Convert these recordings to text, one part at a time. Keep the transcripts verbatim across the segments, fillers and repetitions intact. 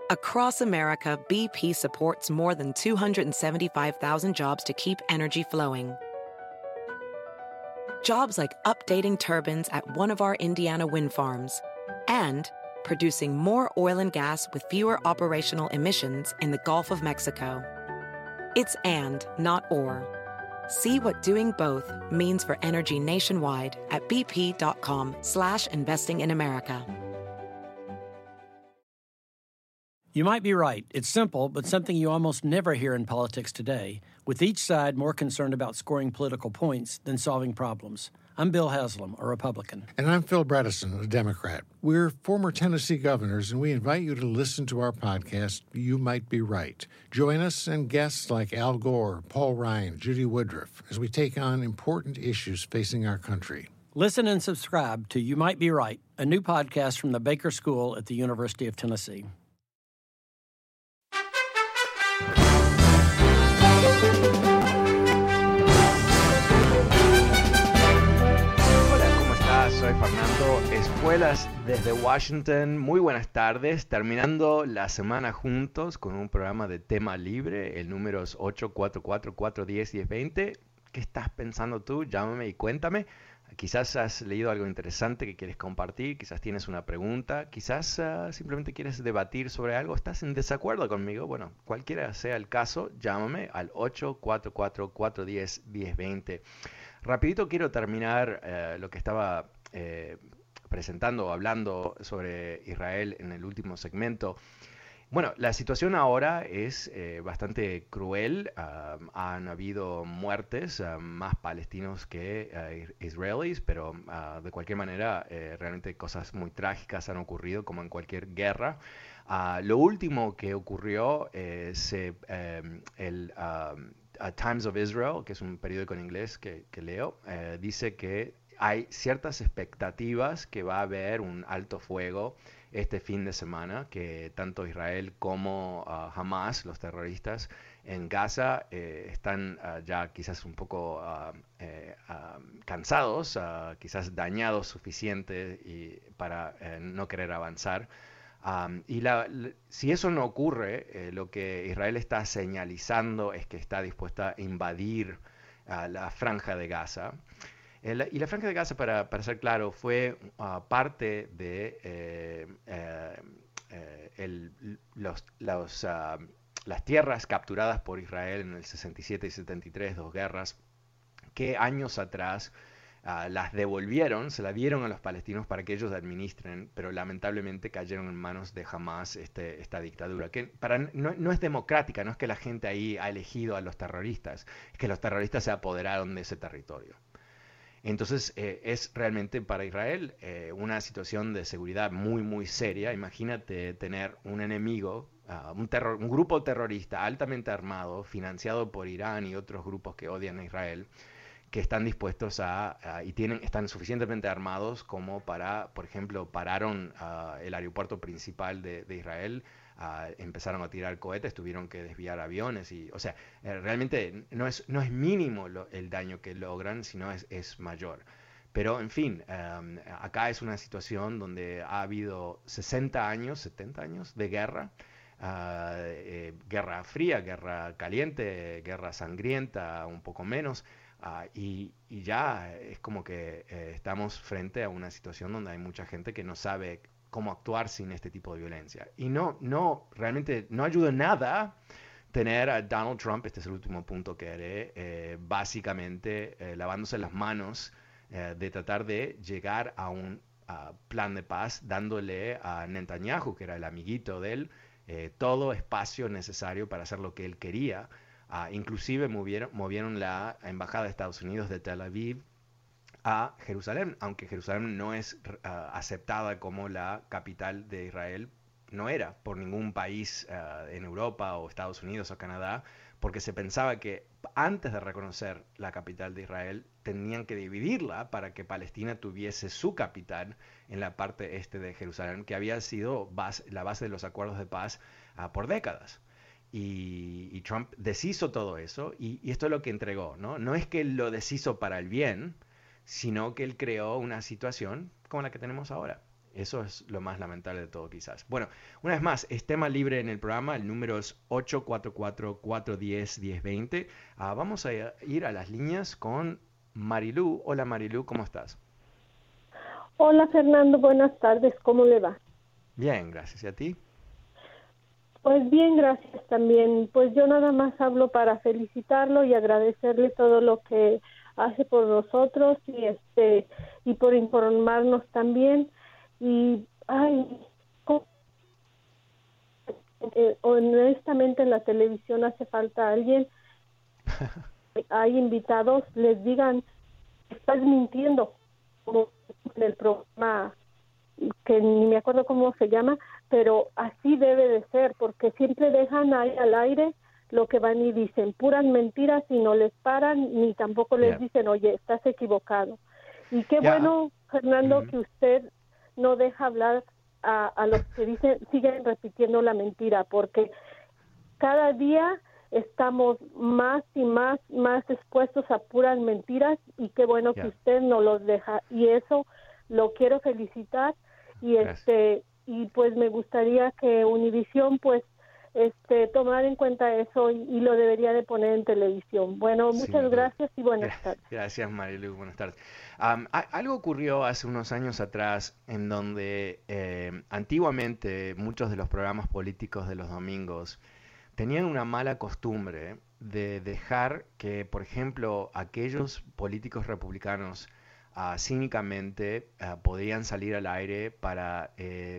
Across America, B P supports more than two hundred seventy-five thousand jobs to keep energy flowing. Jobs like updating turbines at one of our Indiana wind farms and producing more oil and gas with fewer operational emissions in the Gulf of Mexico. It's and, not or. See what doing both means for energy nationwide at bp.com slash investing in America. You might be right. It's simple, but something you almost never hear in politics today, with each side more concerned about scoring political points than solving problems. I'm Bill Haslam, a Republican. And I'm Phil Bredesen, a Democrat. We're former Tennessee governors, and we invite you to listen to our podcast, You Might Be Right. Join us and guests like Al Gore, Paul Ryan, Judy Woodruff, as we take on important issues facing our country. Listen and subscribe to You Might Be Right, a new podcast from the Baker School at the University of Tennessee. Hola, ¿cómo estás? Soy Fernando Espuelas desde Washington. Muy buenas tardes, terminando la semana juntos con un programa de tema libre. El número es ocho cuatro cuatro, cuatro uno cero, uno cero dos cero. ¿Qué estás pensando tú? Llámame y cuéntame. Quizás has leído algo interesante que quieres compartir, quizás tienes una pregunta, quizás uh, simplemente quieres debatir sobre algo, estás en desacuerdo conmigo. Bueno, cualquiera sea el caso, llámame al ocho cuatro cuatro, cuatro uno cero, uno cero dos cero. Rapidito quiero terminar uh, lo que estaba eh, presentando o hablando sobre Israel en el último segmento. Bueno, la situación ahora es eh, bastante cruel. Uh, han habido muertes, uh, más palestinos que uh, israelíes, pero uh, de cualquier manera eh, realmente cosas muy trágicas han ocurrido como en cualquier guerra. Uh, lo último que ocurrió es eh, eh, el uh, uh, Times of Israel, que es un periódico en inglés que, que leo, eh, dice que hay ciertas expectativas que va a haber un alto fuego este fin de semana, que tanto Israel como uh, Hamas, los terroristas en Gaza, eh, están uh, ya quizás un poco uh, eh, uh, cansados, uh, quizás dañados suficiente y para eh, no querer avanzar. Um, y la, la, si eso no ocurre, eh, lo que Israel está señalizando es que está dispuesta a invadir uh, la franja de Gaza. El, y la Franja de Gaza, para, para ser claro, fue uh, parte de eh, eh, eh, el, los, los, uh, las tierras capturadas por Israel en el sesenta y siete y setenta y tres, dos guerras, que años atrás uh, las devolvieron, se las dieron a los palestinos para que ellos administren, pero lamentablemente cayeron en manos de Hamas este, esta dictadura, que para, no, no es democrática, no es que la gente ahí ha elegido a los terroristas, es que los terroristas se apoderaron de ese territorio. Entonces eh, es realmente para Israel eh, una situación de seguridad muy, muy seria. Imagínate tener un enemigo, uh, un, terror, un grupo terrorista altamente armado, financiado por Irán y otros grupos que odian a Israel, que están dispuestos a, a y tienen, están suficientemente armados como para, por ejemplo, pararon uh, el aeropuerto principal de, de Israel, uh, empezaron a tirar cohetes, tuvieron que desviar aviones, y, o sea, eh, realmente no es, no es mínimo lo, el daño que logran, sino es, es mayor. Pero, en fin, um, acá es una situación donde ha habido sesenta años, setenta años de guerra, uh, eh, guerra fría, guerra caliente, guerra sangrienta, un poco menos. Uh, y, y ya es como que eh, estamos frente a una situación donde hay mucha gente que no sabe cómo actuar sin este tipo de violencia. Y no, no, realmente no ayuda en nada tener a Donald Trump, este es el último punto que haré, eh, básicamente eh, lavándose las manos eh, de tratar de llegar a un uh, plan de paz, dándole a Netanyahu, que era el amiguito de él, eh, todo espacio necesario para hacer lo que él quería. Uh, inclusive movieron, movieron la embajada de Estados Unidos de Tel Aviv a Jerusalén, aunque Jerusalén no es uh, aceptada como la capital de Israel, no era por ningún país uh, en Europa o Estados Unidos o Canadá, porque se pensaba que antes de reconocer la capital de Israel tenían que dividirla para que Palestina tuviese su capital en la parte este de Jerusalén, que había sido base, la base de los acuerdos de paz uh, por décadas. Y, y Trump deshizo todo eso, y, y esto es lo que entregó, ¿no? No es que él lo deshizo para el bien, sino que él creó una situación como la que tenemos ahora. Eso es lo más lamentable de todo, quizás. Bueno, una vez más, es tema libre en el programa. El número es ocho cuatro cuatro, cuatro uno cero, uno cero dos cero. Uh, vamos a ir a las líneas con Marilú. Hola, Marilú, ¿cómo estás? Hola, Fernando. Buenas tardes. ¿Cómo le va? Bien, gracias. ¿Y a ti? Pues bien, gracias también. Pues yo nada más hablo para felicitarlo y agradecerle todo lo que hace por nosotros y este y por informarnos también. Y, ay, eh, honestamente en la televisión hace falta alguien, hay invitados, les digan, estás mintiendo, como en el programa, que ni me acuerdo cómo se llama, pero así debe de ser, porque siempre dejan ahí al aire lo que van y dicen, puras mentiras y no les paran, ni tampoco les yeah. dicen, oye, estás equivocado. Y qué yeah. bueno, Fernando, mm-hmm. que usted no deja hablar a, a los que dicen, siguen repitiendo la mentira, porque cada día estamos más y más, más expuestos a puras mentiras, y qué bueno yeah. que usted no los deja, y eso lo quiero felicitar, y Gracias. este y pues me gustaría que Univisión pues este tomara en cuenta eso y, y lo debería de poner en televisión. Bueno, muchas sí, gracias y buenas gracias, tardes. Gracias, Marilu, buenas tardes. Um, a, algo ocurrió hace unos años atrás en donde eh, antiguamente muchos de los programas políticos de los domingos tenían una mala costumbre de dejar que, por ejemplo, aquellos políticos republicanos uh, cínicamente uh, podían salir al aire para eh,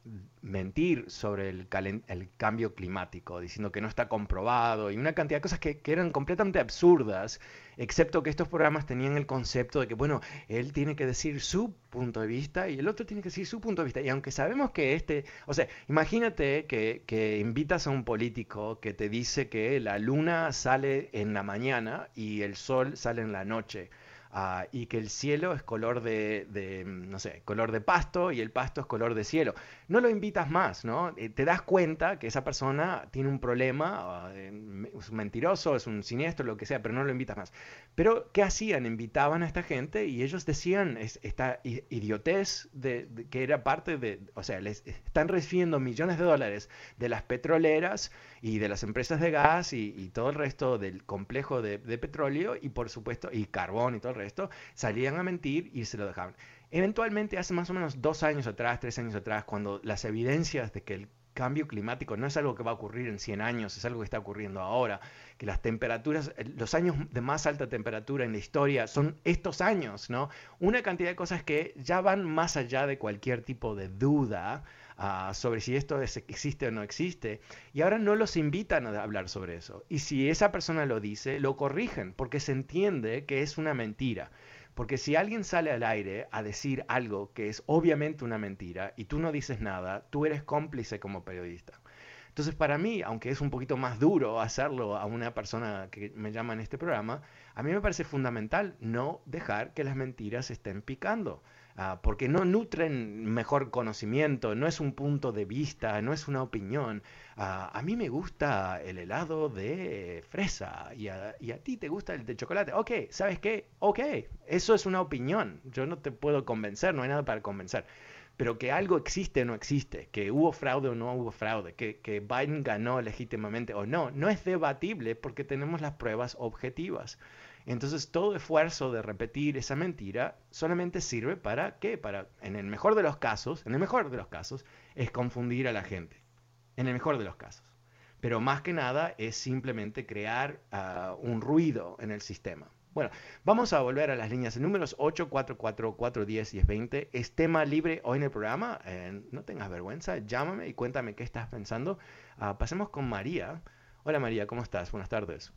mentir sobre el, calen- el cambio climático, diciendo que no está comprobado y una cantidad de cosas que, que eran completamente absurdas, excepto que estos programas tenían el concepto de que, bueno, él tiene que decir su punto de vista y el otro tiene que decir su punto de vista. Y aunque sabemos que este, o sea, imagínate que, que invitas a un político que te dice que la luna sale en la mañana y el sol sale en la noche. Uh, y que el cielo es color de, de, no sé, color de pasto y el pasto es color de cielo. No lo invitas más, ¿no? Eh, te das cuenta que esa persona tiene un problema, uh, es un mentiroso, es un siniestro, lo que sea, pero no lo invitas más. Pero, ¿qué hacían? Invitaban a esta gente y ellos decían es, esta idiotez de, de, que era parte de, o sea, les están recibiendo millones de dólares de las petroleras y de las empresas de gas y, y todo el resto del complejo de, de petróleo y por supuesto, y carbón y todo el resto, salían a mentir y se lo dejaban. Eventualmente, hace más o menos dos años atrás, tres años atrás, cuando las evidencias de que el cambio climático no es algo que va a ocurrir en cien años, es algo que está ocurriendo ahora, que las temperaturas, los años de más alta temperatura en la historia son estos años, ¿no? Una cantidad de cosas que ya van más allá de cualquier tipo de duda uh, sobre si esto es, existe o no existe, y ahora no los invitan a hablar sobre eso. Y si esa persona lo dice, lo corrigen, porque se entiende que es una mentira. Porque si alguien sale al aire a decir algo que es obviamente una mentira y tú no dices nada, tú eres cómplice como periodista. Entonces, para mí, aunque es un poquito más duro hacerlo a una persona que me llama en este programa, a mí me parece fundamental no dejar que las mentiras estén picando. Uh, porque no nutren mejor conocimiento, no es un punto de vista, no es una opinión. Uh, a mí me gusta el helado de fresa y a, y a ti te gusta el de chocolate. Ok, ¿sabes qué? Ok, eso es una opinión. Yo no te puedo convencer, no hay nada para convencer. Pero que algo existe o no existe, que hubo fraude o no hubo fraude, que, que Biden ganó legítimamente o no, no es debatible porque tenemos las pruebas objetivas. Entonces, todo esfuerzo de repetir esa mentira solamente sirve para, ¿qué? Para, en el mejor de los casos, en el mejor de los casos, es confundir a la gente. En el mejor de los casos. Pero más que nada es simplemente crear uh, un ruido en el sistema. Bueno, vamos a volver a las líneas. El número es ocho cuatro cuatro, cuatro uno cero, uno cero dos cero. Es tema libre hoy en el programa. Eh, no tengas vergüenza, llámame y cuéntame qué estás pensando. Uh, pasemos con María. Hola María, ¿cómo estás? Buenas tardes.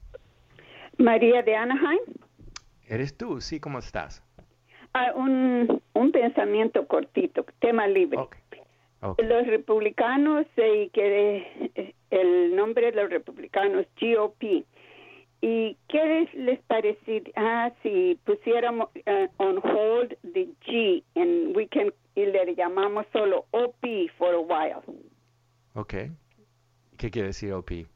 María de Anaheim. ¿Eres tú? Sí, ¿cómo estás? Ah, un, un pensamiento cortito, tema libre. Okay. Okay. Los republicanos, eh, que eh, el nombre de los republicanos, G O P. ¿Y qué les, les parece ah, si pusiéramos uh, on hold the G and we can, y le llamamos solo O P for a while? Ok. ¿Qué quiere decir O P?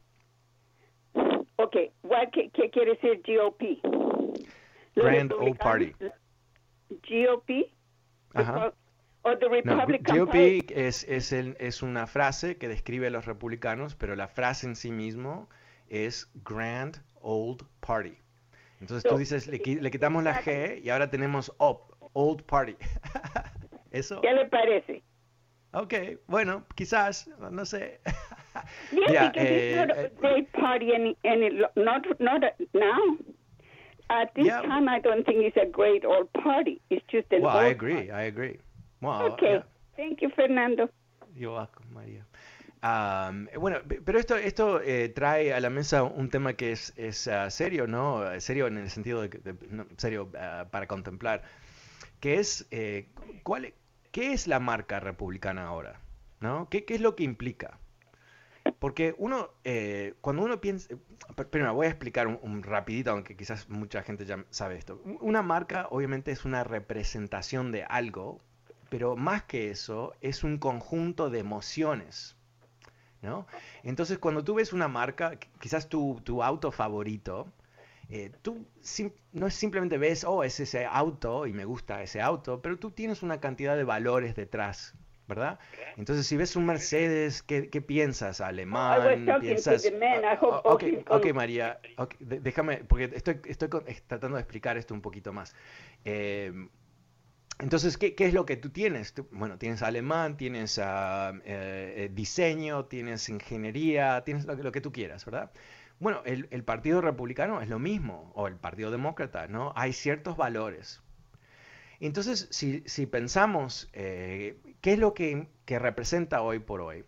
Ok, what, ¿qué, ¿qué quiere decir G O P? Grand Old Party. G O P? Ajá. or the Republican no, G O P Party? es, es, el, es una frase que describe a los republicanos, pero la frase en sí mismo es Grand Old Party. Entonces tú dices, le, le quitamos la G y ahora tenemos O P, Old Party. ¿Eso? ¿Qué le parece? Ok, bueno, quizás, no sé. Yeah, yeah, because eh, it's not a eh, great party any, any, not, not now. At this Yeah. time, I don't think it's a great old party. It's just an well, old I agree, party. I agree. Well, Okay. yeah. Thank you, Fernando. You're welcome, María. Um, bueno, pe- pero esto, esto eh, trae a la mesa un tema que es, es uh, serio, ¿no? Eh, Serio en el sentido de, que- de- no, serio uh, para contemplar, que es, eh, ¿cuál, e- ¿qué es la marca republicana ahora? ¿No? ¿Qué, qué es lo que implica? Porque uno, eh, cuando uno piensa, pr- primero voy a explicar un, un rapidito, aunque quizás mucha gente ya sabe esto. U- Una marca obviamente es una representación de algo, pero más que eso es un conjunto de emociones, ¿no? Entonces cuando tú ves una marca, qu- quizás tu, tu auto favorito, eh, tú sim- no es simplemente ves, oh, es ese auto y me gusta ese auto, pero tú tienes una cantidad de valores detrás, ¿verdad? Entonces si ves un Mercedes, ¿qué, qué piensas? I was Alemán, talking piensas... to the man. I ah, hope ah, all ok, his ok, María, ok, de- déjame, porque estoy, estoy con- eh, tratando de explicar esto un poquito más. Eh, entonces, ¿qué, qué es lo que tú tienes? Tú- bueno, tienes alemán, tienes ah, eh, eh, diseño, tienes ingeniería, tienes lo que, lo que tú quieras, ¿verdad? Bueno, el, el Partido Republicano es lo mismo, o el Partido Demócrata, ¿no? Hay ciertos valores. Entonces, si, si pensamos, eh, ¿qué es lo que, que representa hoy por hoy?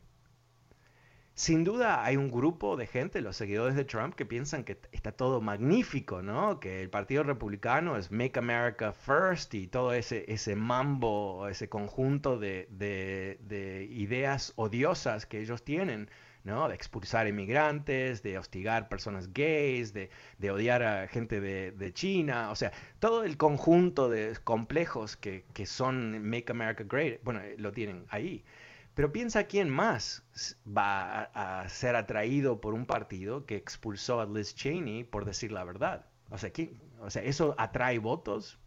Sin duda hay un grupo de gente, los seguidores de Trump, que piensan que t- está todo magnífico, ¿no? Que el Partido Republicano es Make America First y todo ese, ese mambo, ese conjunto de, de- de ideas odiosas que ellos tienen, ¿no? De expulsar inmigrantes, de hostigar personas gays, de, de odiar a gente de, de China, o sea, todo el conjunto de complejos que, que son Make America Great, bueno, eh, lo tienen ahí. Pero piensa quién más s- va a, a ser atraído por un partido que expulsó a Liz Cheney por decir la verdad. O sea, ¿quién- o sea ¿eso atrae votos?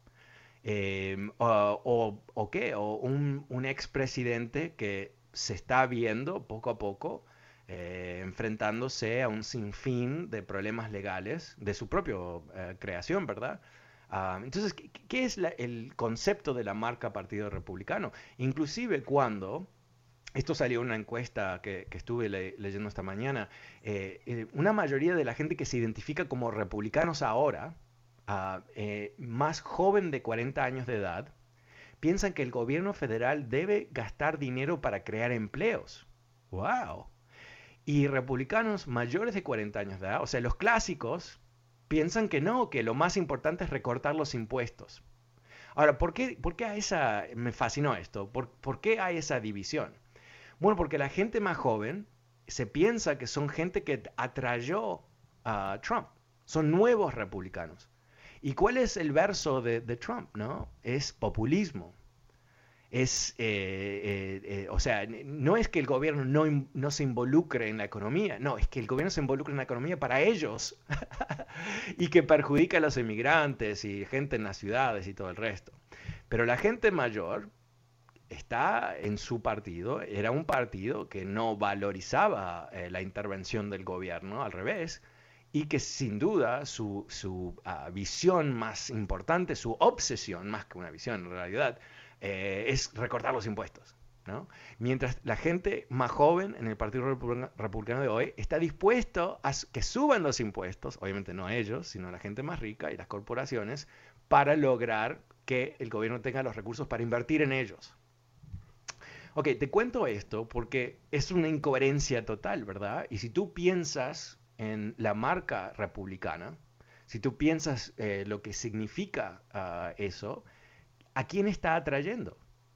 Eh, o, o- o qué? O un, un expresidente que se está viendo poco a poco eh, enfrentándose a un sinfín de problemas legales de su propia creación, ¿verdad? Ah, entonces, ¿qué, qué es la- el concepto de la marca Partido Republicano? Inclusive cuando esto salió en una encuesta que, que estuve le- leyendo esta mañana. Eh, eh, una mayoría de la gente que se identifica como republicanos ahora, ah, eh, más joven de cuarenta años de edad, piensan que el gobierno federal debe gastar dinero para crear empleos. ¡Wow! Y republicanos mayores de cuarenta años de edad, o sea, los clásicos, piensan que no, que lo más importante es recortar los impuestos. Ahora, ¿por qué, por qué a esa, me fascinó esto? ¿Por, por qué hay esa división? Bueno, porque la gente más joven se piensa que son gente que atrayó a Trump. Son nuevos republicanos. ¿Y cuál es el verso de, de Trump? ¿No? Es populismo. Es, eh, eh, eh, o sea, n- no es que el gobierno no, in- no se involucre en la economía, no, es que el gobierno se involucra en la economía para ellos y que perjudica a los inmigrantes y gente en las ciudades y todo el resto. Pero la gente mayor está en su partido, era un partido que no valorizaba eh, la intervención del gobierno, al revés, y que sin duda su, su ah, visión más importante, su obsesión, más que una visión en realidad, eh, es recortar los impuestos, ¿no? Mientras la gente más joven en el Partido Republicano Republicano de hoy está dispuesto a s- que suban los impuestos, obviamente no a ellos, sino a la gente más rica y las corporaciones, para lograr que el gobierno tenga los recursos para invertir en ellos. Ok, te cuento esto porque es una incoherencia total, ¿verdad? Y si tú piensas en la marca republicana, si tú piensas eh, lo que significa ah, eso, ¿a quién está atrayendo?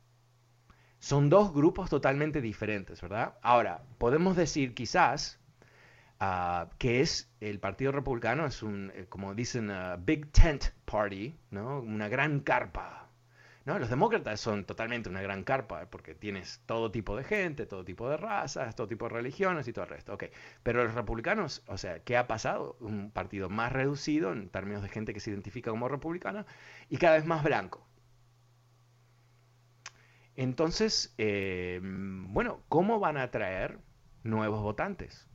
Son dos grupos totalmente diferentes, ¿verdad? Ahora, podemos decir quizás ah, que es el Partido Republicano, es un, eh, como dicen, ah, Big Tent Party, ¿no? Una gran carpa. ¿No? Los demócratas son totalmente una gran carpa, porque tienes todo tipo de gente, todo tipo de razas, todo tipo de religiones y todo el resto. Okay. Pero los republicanos, o sea, ¿qué ha pasado? Un partido más reducido en términos de gente que se identifica como republicana y cada vez más blanco. Entonces, eh, bueno, ¿cómo van a atraer nuevos votantes?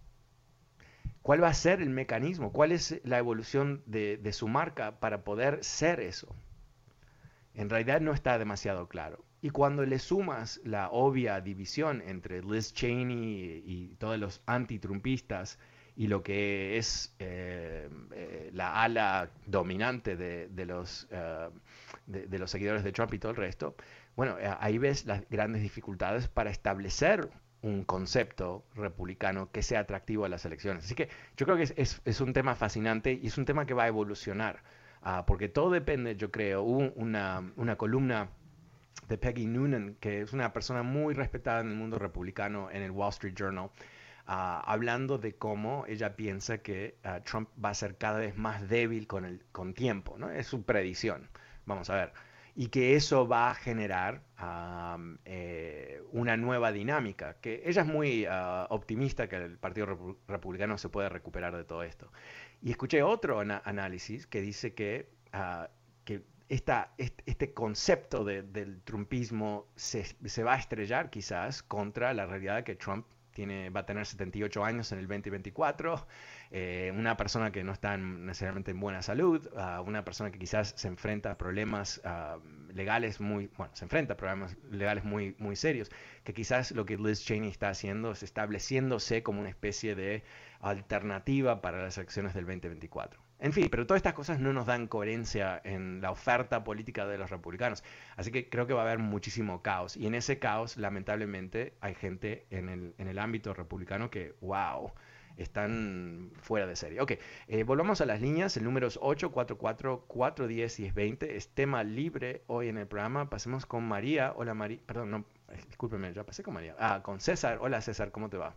¿Cuál va a ser el mecanismo? ¿Cuál es la evolución de, de su marca para poder ser eso? En realidad no está demasiado claro. Y cuando le sumas la obvia división entre Liz Cheney y, y todos los antitrumpistas y lo que es eh, eh, la ala dominante de, de, los, uh, de, de los seguidores de Trump y todo el resto, bueno, eh, ahí ves las grandes dificultades para establecer un concepto republicano que sea atractivo a las elecciones. Así que yo creo que es, es, es un tema fascinante y es un tema que va a evolucionar, uh, porque todo depende, yo creo. Hubo una, una columna de Peggy Noonan, que es una persona muy respetada en el mundo republicano, en el Wall Street Journal, uh, hablando de cómo ella piensa que uh, Trump va a ser cada vez más débil con el con tiempo, ¿no? Es su predicción. Vamos a ver. Y que eso va a generar um, eh, una nueva dinámica, que ella es muy uh, optimista que el Partido Repu- Republicano se puede recuperar de todo esto. Y escuché otro ana- análisis que dice que, uh, que esta, este, este concepto de, del trumpismo se, se va a estrellar quizás contra la realidad de que Trump tiene, va a tener setenta y ocho años en el veinte veinticuatro, eh, una persona que no está en, necesariamente en buena salud, uh, una persona que quizás se enfrenta a problemas uh, legales muy, bueno, se enfrenta a problemas legales muy, muy serios, que quizás lo que Liz Cheney está haciendo es estableciéndose como una especie de alternativa para las elecciones del veinte veinticuatro. En fin, pero todas estas cosas no nos dan coherencia en la oferta política de los republicanos. Así que creo que va a haber muchísimo caos. Y en ese caos, lamentablemente, hay gente en el, en el ámbito republicano que, wow, están fuera de serie. Ok, eh, volvamos a las líneas. El número es ocho cuatro cuatro, cuatro uno cero, uno cero dos cero. Es tema libre hoy en el programa. Pasemos con María. Hola, María. Perdón, no, eh, discúlpeme, ya pasé con María. Ah, con César. Hola, César, ¿cómo te va?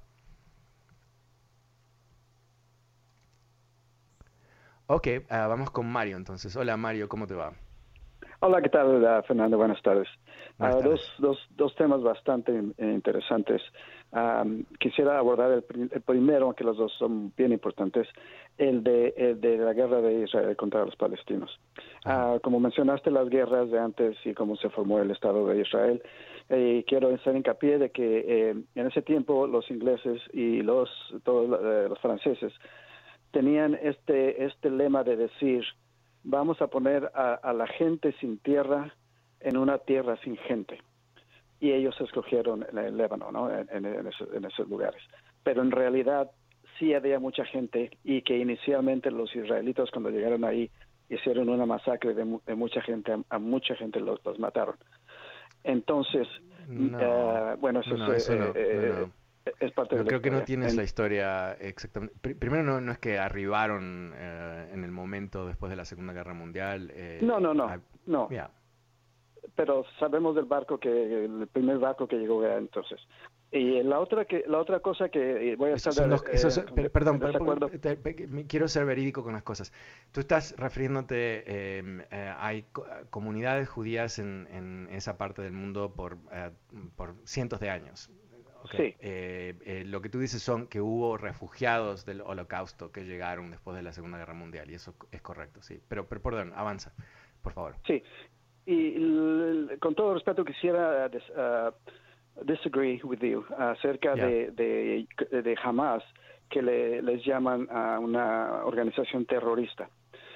Ok, uh, vamos con Mario entonces. Hola Mario, ¿cómo te va? Hola, ¿qué tal, uh, Fernando? Buenas tardes. Buenas uh, tardes. Dos, dos, dos temas bastante interesantes. Um, quisiera abordar el, prim el primero, aunque los dos son bien importantes, el de, el de la guerra de Israel contra los palestinos. Uh, como mencionaste las guerras de antes y cómo se formó el Estado de Israel, eh, quiero hacer hincapié de que eh, en ese tiempo los ingleses y los, todos eh, los franceses tenían este, este lema de decir, vamos a poner a, a la gente sin tierra en una tierra sin gente. Y ellos escogieron el Líbano, ¿no? en, en, en, esos, en esos lugares. Pero en realidad sí había mucha gente y que inicialmente los israelitas cuando llegaron ahí hicieron una masacre de, de mucha gente, a, a mucha gente los, los mataron. Entonces, no, uh, bueno, eso, no, es, eso eh, no, no, eh, no. es parte no, de la creo que no historia. tienes en, la historia exactamente. Pr primero, no, no es que arribaron eh, en el momento después de la Segunda Guerra Mundial. Eh, no, no, no, a, no. Yeah. Pero sabemos del barco que el primer barco que llegó era entonces. Y la otra que la otra cosa que voy a estar Esos los, eh, esos, per, perdón, desacuerdo. Te, te, quiero ser verídico con las cosas. Tú estás refiriéndote, eh, eh, hay co comunidades judías en, en esa parte del mundo por, eh, por cientos de años. Okay. Sí. Eh, eh, lo que tú dices son que hubo refugiados del Holocausto que llegaron después de la Segunda Guerra Mundial, y eso es correcto, sí. Pero, pero perdón, avanza, por favor. Sí. Y el, con todo respeto quisiera des, uh, disagree with you acerca yeah. de, de, de Hamas, que le, les llaman a una organización terrorista.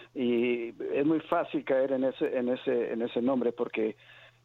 Y es muy fácil caer en ese, en ese, en ese nombre porque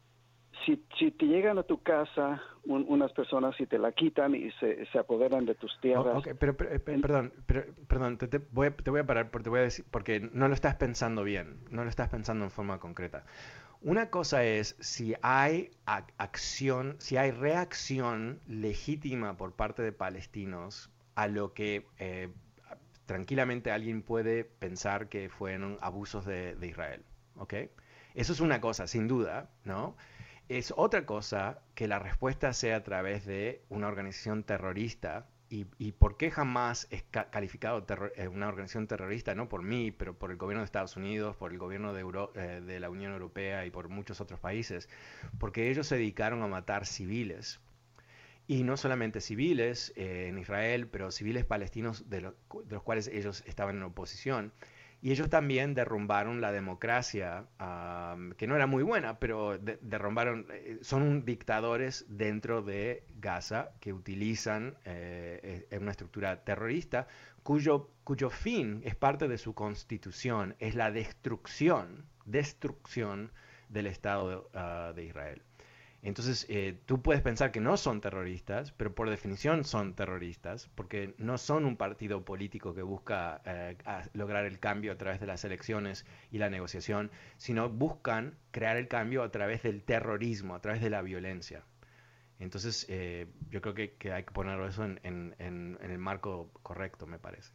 si, si te llegan a tu casa un, unas personas y te la quitan y se, se apoderan de tus tierras. Okay, pero, pero, pero perdón, pero, perdón, te, te, voy a, te voy a parar porque te voy a decir, porque no lo estás pensando bien, no lo estás pensando en forma concreta. Una cosa es si hay acción, si hay reacción legítima por parte de palestinos a lo que eh, tranquilamente alguien puede pensar que fueron abusos de, de Israel, ¿ok? Eso es una cosa, sin duda, ¿no? Es otra cosa que la respuesta sea a través de una organización terrorista. ¿Y, y por qué jamás es ca calificado terror, eh, una organización terrorista? No por mí, pero por el gobierno de Estados Unidos, por el gobierno de, Euro eh, de la Unión Europea y por muchos otros países, porque ellos se dedicaron a matar civiles. Y no solamente civiles eh, en Israel, pero civiles palestinos de, lo, de los cuales ellos estaban en oposición. Y ellos también derrumbaron la democracia, um, que no era muy buena, pero de, derrumbaron, eh, son dictadores dentro de Gaza que utilizan eh, una estructura terrorista cuyo, cuyo fin es parte de su constitución, es la destrucción, destrucción del Estado uh, de Israel. Entonces, eh, tú puedes pensar que no son terroristas, pero por definición son terroristas, porque no son un partido político que busca eh, lograr el cambio a través de las elecciones y la negociación, sino buscan crear el cambio a través del terrorismo, a través de la violencia. Entonces, eh, yo creo que, que hay que poner eso en, en, en, en el marco correcto, me parece.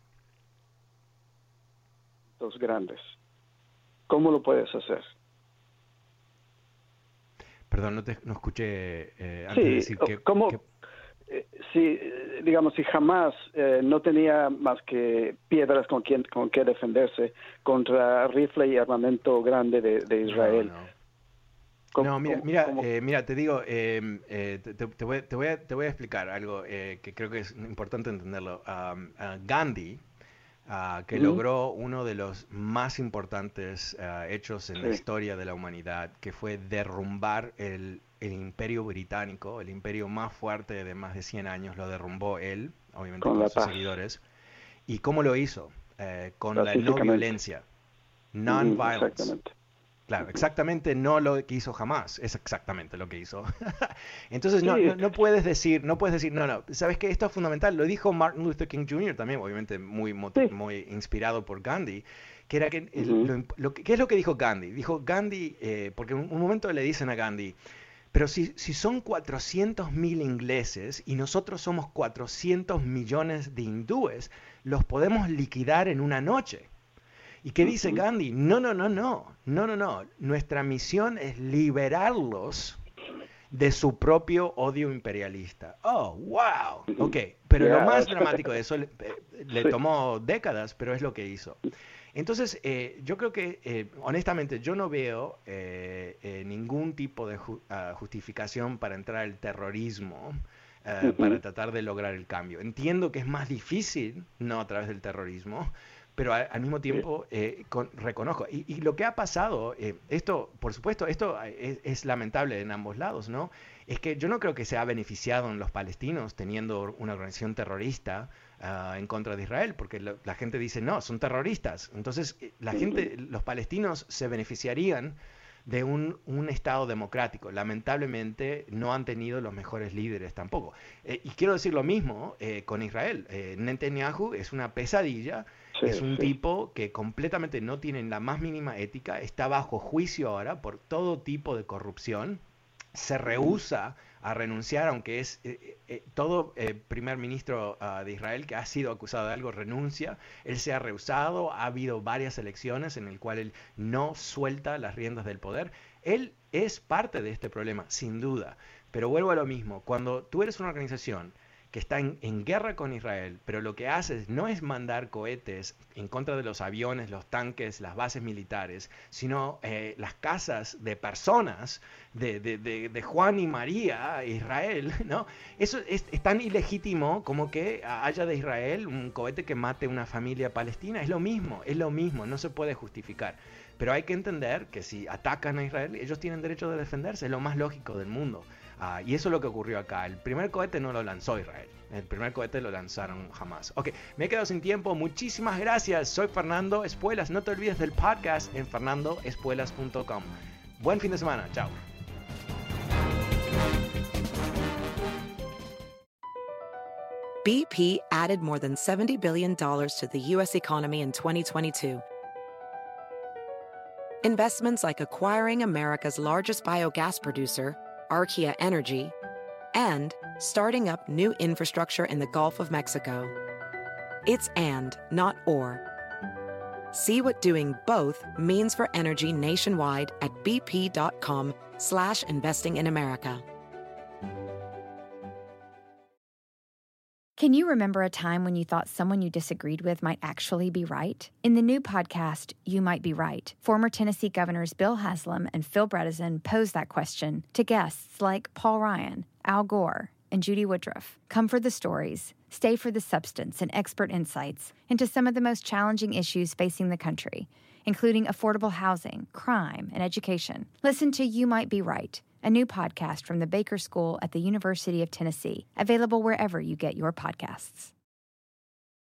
Los grandes. ¿Cómo lo puedes hacer? Perdón, no te no escuché eh, antes sí, de decir que... ¿cómo, que... Eh, si, digamos, si jamás eh, no tenía más que piedras con, quien, con que defenderse contra rifle y armamento grande de, de Israel. No, no. ¿Cómo, no mira, cómo, mira, cómo? Eh, mira, te digo, eh, eh, te, te, voy, te, voy a, te voy a explicar algo eh, que creo que es importante entenderlo. Um, uh, Gandhi, uh, que uh-huh. logró uno de los más importantes uh, hechos en sí. la historia de la humanidad, que fue derrumbar el, el imperio británico, el imperio más fuerte de más de cien años, lo derrumbó él, obviamente con, con sus paz. seguidores. ¿Y cómo lo hizo? Eh, con la no violencia, non-violence. Exactamente. Claro, exactamente no lo que hizo jamás, es exactamente lo que hizo. Entonces sí. no, no, no puedes decir, no puedes decir, no, no, sabes que esto es fundamental, lo dijo Martin Luther King junior también, obviamente muy, sí. muy inspirado por Gandhi, que era que, el, uh-huh. lo, lo, ¿qué es lo que dijo Gandhi? Dijo Gandhi, eh, porque en un momento le dicen a Gandhi, pero si, si son cuatrocientos mil ingleses y nosotros somos cuatrocientos millones de hindúes, los podemos liquidar en una noche. ¿Y qué dice Gandhi? No, no, no, no, no, no, no. Nuestra misión es liberarlos de su propio odio imperialista. Oh, wow. Ok, pero yeah. lo más dramático de eso le, le sí. tomó décadas, pero es lo que hizo. Entonces, eh, yo creo que, eh, honestamente, yo no veo eh, eh, ningún tipo de ju- uh, justificación para entrar al terrorismo uh, uh-huh. para tratar de lograr el cambio. Entiendo que es más difícil, no a través del terrorismo, pero al, al mismo tiempo eh, con, reconozco. Y, y lo que ha pasado, eh, esto, por supuesto, esto es, es lamentable en ambos lados, ¿no? Es que yo no creo que se ha beneficiado en los palestinos teniendo una organización terrorista uh, en contra de Israel, porque lo, la gente dice, no, son terroristas. Entonces, la gente, los palestinos se beneficiarían de un, un Estado democrático. Lamentablemente no han tenido los mejores líderes tampoco. Eh, y quiero decir lo mismo eh, con Israel. Eh, Netanyahu es una pesadilla. Sí, es un sí. tipo que completamente no tiene la más mínima ética, está bajo juicio ahora por todo tipo de corrupción, se rehúsa a renunciar, aunque es eh, eh, todo eh, primer ministro uh, de Israel que ha sido acusado de algo renuncia, él se ha rehusado, ha habido varias elecciones en las cuales él no suelta las riendas del poder. Él es parte de este problema, sin duda, pero vuelvo a lo mismo, cuando tú eres una organización que está en, en guerra con Israel, pero lo que haces no es mandar cohetes en contra de los aviones, los tanques, las bases militares, sino eh, las casas de personas de, de, de, de Juan y María, Israel, ¿no? Eso es, es tan ilegítimo como que haya de Israel un cohete que mate una familia palestina. Es lo mismo, es lo mismo, no se puede justificar. Pero hay que entender que si atacan a Israel, ellos tienen derecho de defenderse, es lo más lógico del mundo. Uh, y eso es lo que ocurrió acá. El primer cohete no lo lanzó Israel. El primer cohete lo lanzaron Hamas. Ok, me he quedado sin tiempo. Muchísimas gracias. Soy Fernando Espuelas. No te olvides del podcast en fernando espuelas punto com. Buen fin de semana. Chao. B P added more than seventy billion dollars to the U S economy in twenty twenty-two. Investments like acquiring America's largest biogas producer, Archaea Energy, and starting up new infrastructure in the Gulf of Mexico. It's and, not or. See what doing both means for energy nationwide at bp.com slash investing in America. Can you remember a time when you thought someone you disagreed with might actually be right? In the new podcast, You Might Be Right, former Tennessee Governors Bill Haslam and Phil Bredesen pose that question to guests like Paul Ryan, Al Gore, and Judy Woodruff. Come for the stories, stay for the substance and expert insights into some of the most challenging issues facing the country, including affordable housing, crime, and education. Listen to You Might Be Right, a new podcast from the Baker School at the University of Tennessee, available wherever you get your podcasts.